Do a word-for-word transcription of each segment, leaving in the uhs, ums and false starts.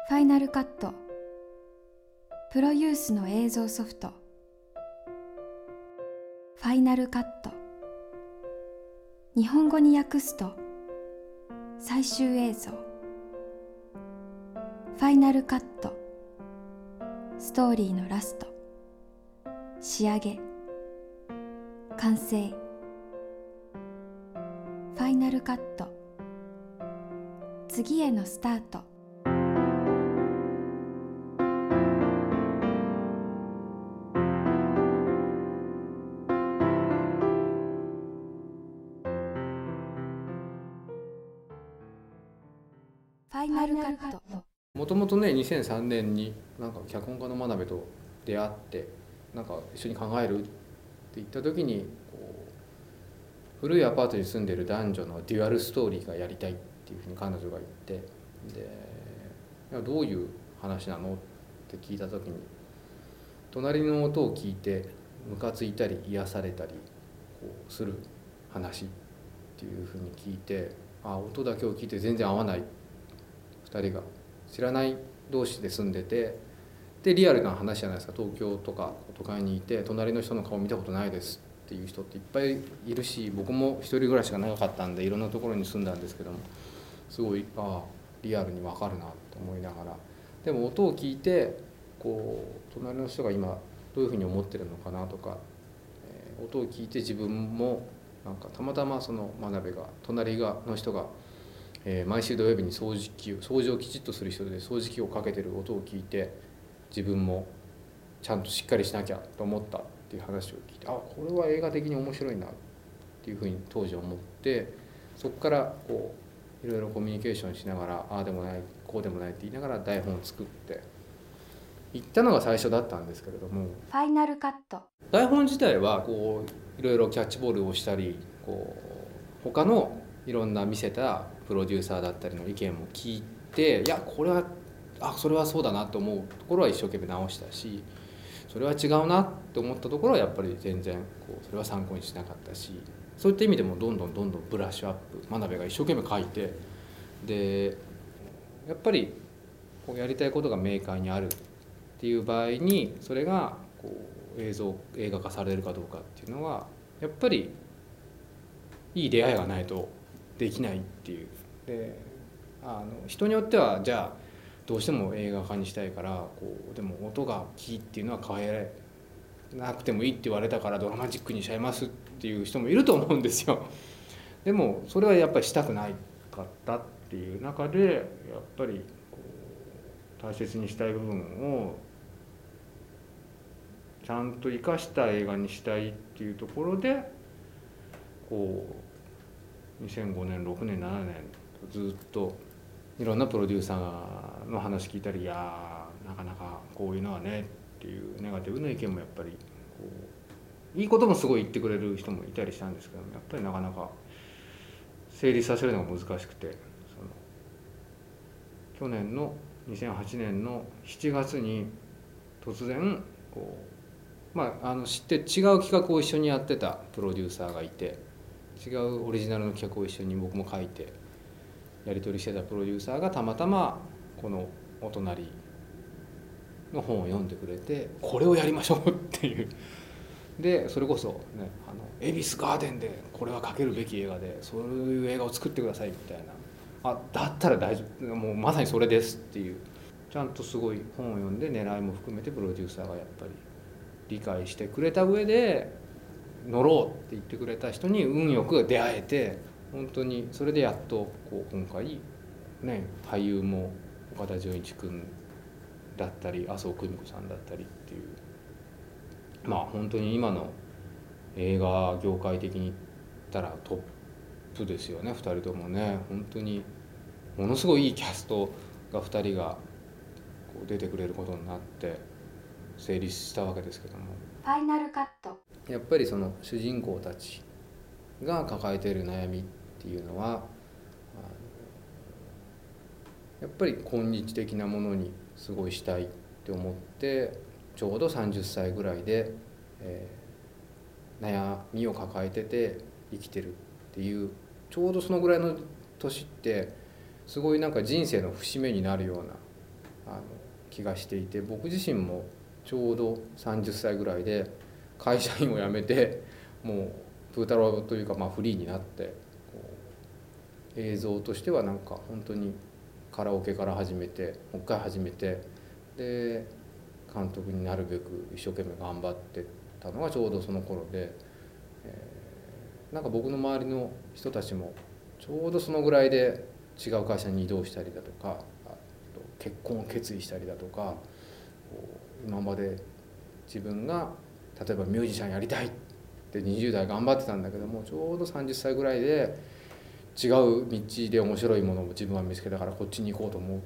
ファイナルカットプロユースの映像ソフト。ファイナルカット、日本語に訳すと最終映像。ファイナルカット、ストーリーのラスト、仕上げ、完成。ファイナルカット、次へのスタート。ファイナルカット。 もともとねにせんさんねんになんか脚本家の真鍋と出会ってなんか一緒に考えるって言った時にこう古いアパートに住んでる男女のデュアルストーリーがやりたいっていうふうに彼女が言って、でいやどういう話なのって聞いた時に、隣の音を聞いてムカついたり癒されたりこうする話っていうふうに聞いて、あ音だけを聞いて全然合わない、ふたりが知らない同士で住んでて、でリアルな話じゃないですか。東京とか都会にいて隣の人の顔見たことないですっていう人っていっぱいいるし、僕も一人暮らしが長かったんでいろんなところに住んだんですけども、すごいああリアルに分かるなと思いながら、でも音を聞いてこう隣の人が今どういうふうに思ってるのかなとか、えー、音を聞いて自分もなんかたまたまその真鍋が隣がの人がえー、毎週土曜日に掃除機を掃除をきちっとする人で、掃除機をかけてる音を聞いて自分もちゃんとしっかりしなきゃと思ったっていう話を聞いて、あこれは映画的に面白いなっていうふうに当時思って、そこからこういろいろコミュニケーションしながら、ああでもないこうでもないって言いながら台本を作っていったのが最初だったんですけれども、 ファイナルカット。 台本自体はこういろいろキャッチボールをしたり、こう他のいろんな見せたプロデューサーだったりの意見も聞いて、いやこれはあそれはそうだなと思うところは一生懸命直したし、それは違うなって思ったところはやっぱり全然こうそれは参考にしなかったし、そういった意味でもどんどんどんどんブラッシュアップ、真鍋が一生懸命書いて、でやっぱりこうやりたいことが明快にあるっていう場合にそれがこう映像映画化されるかどうかっていうのはやっぱりいい出会いがないとできないっていう。であの人によってはじゃあどうしても映画化にしたいからこうでも音がキーっていうのは変えなくてもいいって言われたからドラマチックにしちゃいますっていう人もいると思うんですよ。でもそれはやっぱりしたくないかったっていう中で、やっぱりこう大切にしたい部分をちゃんと生かした映画にしたいっていうところで、こうにせんごねんろくねんななねんとずっといろんなプロデューサーの話聞いたり、いやなかなかこういうのはねっていうネガティブな意見もやっぱりこういいこともすごい言ってくれる人もいたりしたんですけども、やっぱりなかなか成立させるのが難しくて、その去年のにせんはちねんのしちがつに突然こう、まあ、あの知って違う企画を一緒にやってたプロデューサーがいて、違うオリジナルの企画を一緒に僕も書いてやり取りしてたプロデューサーがたまたまこのお隣の本を読んでくれて、これをやりましょうっていう。でそれこそね、あの恵比寿ガーデンでこれは書けるべき映画でそういう映画を作ってくださいみたいな、あだったら大丈夫、もうまさにそれですっていう、ちゃんとすごい本を読んで狙いも含めてプロデューサーがやっぱり理解してくれた上で乗ろうって言ってくれた人に運よく出会えて、本当にそれでやっとこう今回ね、俳優も岡田准一君だったり麻生久美子さんだったりっていう、まあ本当に今の映画業界的に言ったらトップですよね、ふたりともね。本当にものすごいいいキャストがふたりがこう出てくれることになって成立したわけですけども、 ファイナルカット。 やっぱりその主人公たちが抱えている悩みっていうのはやっぱり今日的なものにすごいしたいって思って、ちょうどさんじゅっさいぐらいで、えー、悩みを抱えてて生きてるっていう、ちょうどそのぐらいの年ってすごいなんか人生の節目になるようなあの気がしていて、僕自身もちょうどさんじゅっさいぐらいで会社員を辞めてもうプー太郎というかまあフリーになって、こう映像としてはなんか本当にカラオケから始めてもう一回始めて、で監督になるべく一生懸命頑張ってたのがちょうどその頃で、えー、なんか僕の周りの人たちもちょうどそのぐらいで違う会社に移動したりだとか、結婚を決意したりだとか、今まで自分が例えばミュージシャンやりたいってにじゅう代頑張ってたんだけども、ちょうどさんじゅっさいぐらいで違う道で面白いものを自分は見つけたからこっちに行こうと思って、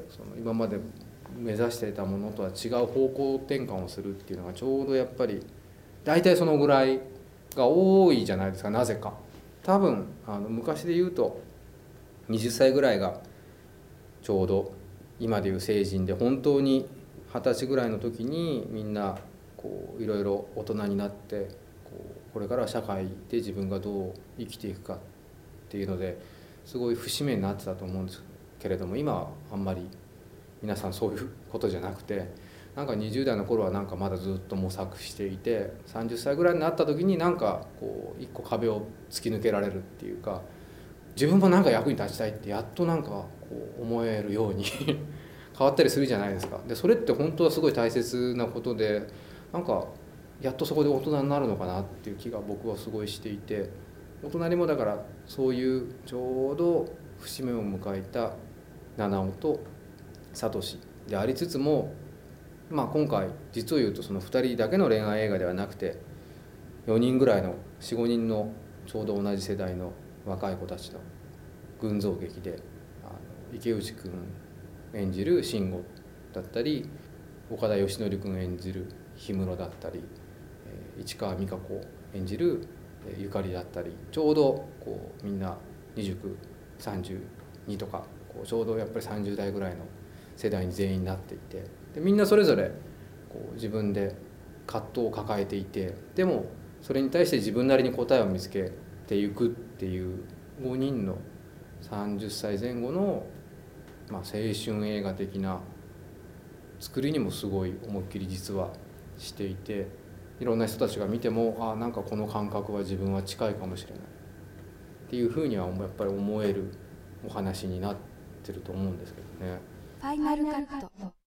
その今まで目指していたものとは違う方向転換をするっていうのがちょうどやっぱり大体そのぐらいが多いじゃないですか。なぜか多分あの昔で言うとはたちぐらいがちょうど今でいう成人で、本当にはたちぐらいの時にみんなこういろいろ大人になって、こうこれからは社会で自分がどう生きていくかっていうのですごい節目になってたと思うんですけれども、今はあんまり皆さんそういうことじゃなくて、なんかにじゅう代の頃はなんかまだずっと模索していて、さんじゅっさいぐらいになった時になんかこう一個壁を突き抜けられるっていうか、自分もなんか役に立ちたいってやっとなんかこう思えるように変わったりするじゃないですか。でそれって本当はすごい大切なことで、なんかやっとそこで大人になるのかなっていう気が僕はすごいしていて、大人にもだからそういうちょうど節目を迎えた七尾と聡でありつつも、まあ今回実を言うとそのふたりだけの恋愛映画ではなくて、よにんぐらいのよん、ごにんのちょうど同じ世代の若い子たちの群像劇で、あの池内君演じる慎吾だったり、岡田義徳君演じる氷室だったり、市川美香子演じるゆかりだったり、ちょうどこうみんなにじゅうきゅう、さんじゅうにとかこうちょうどやっぱりさんじゅう代ぐらいの世代に全員なっていて、でみんなそれぞれこう自分で葛藤を抱えていて、でもそれに対して自分なりに答えを見つけていくっていうごにんのさんじゅっさいぜん後の、まあ、青春映画的な作りにもすごい思いっきり実はしていて、いろんな人たちが見ても、ああなんかこの感覚は自分は近いかもしれないっていうふうにはやっぱり思えるお話になってると思うんですけどね。 ファイナルカット。